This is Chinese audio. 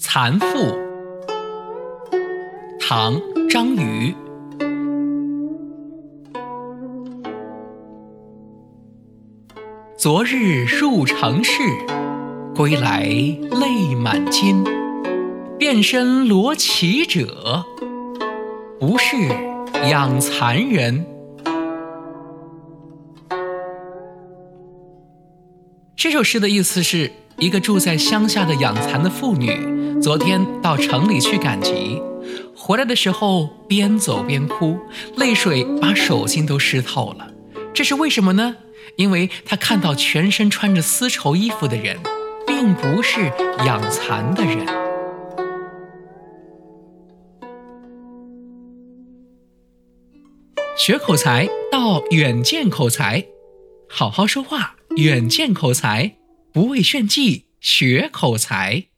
蚕妇，唐·张瑜。昨日入城市，归来泪满襟。遍身罗绮者，不是养蚕人。这首诗的意思是，一个住在乡下的养蚕的妇女，昨天到城里去赶集，回来的时候边走边哭，泪水把手心都湿透了。这是为什么呢？因为她看到全身穿着丝绸衣服的人，并不是养蚕的人。学口才到远见口才，好好说话，远见口才，不畏炫技，学口才。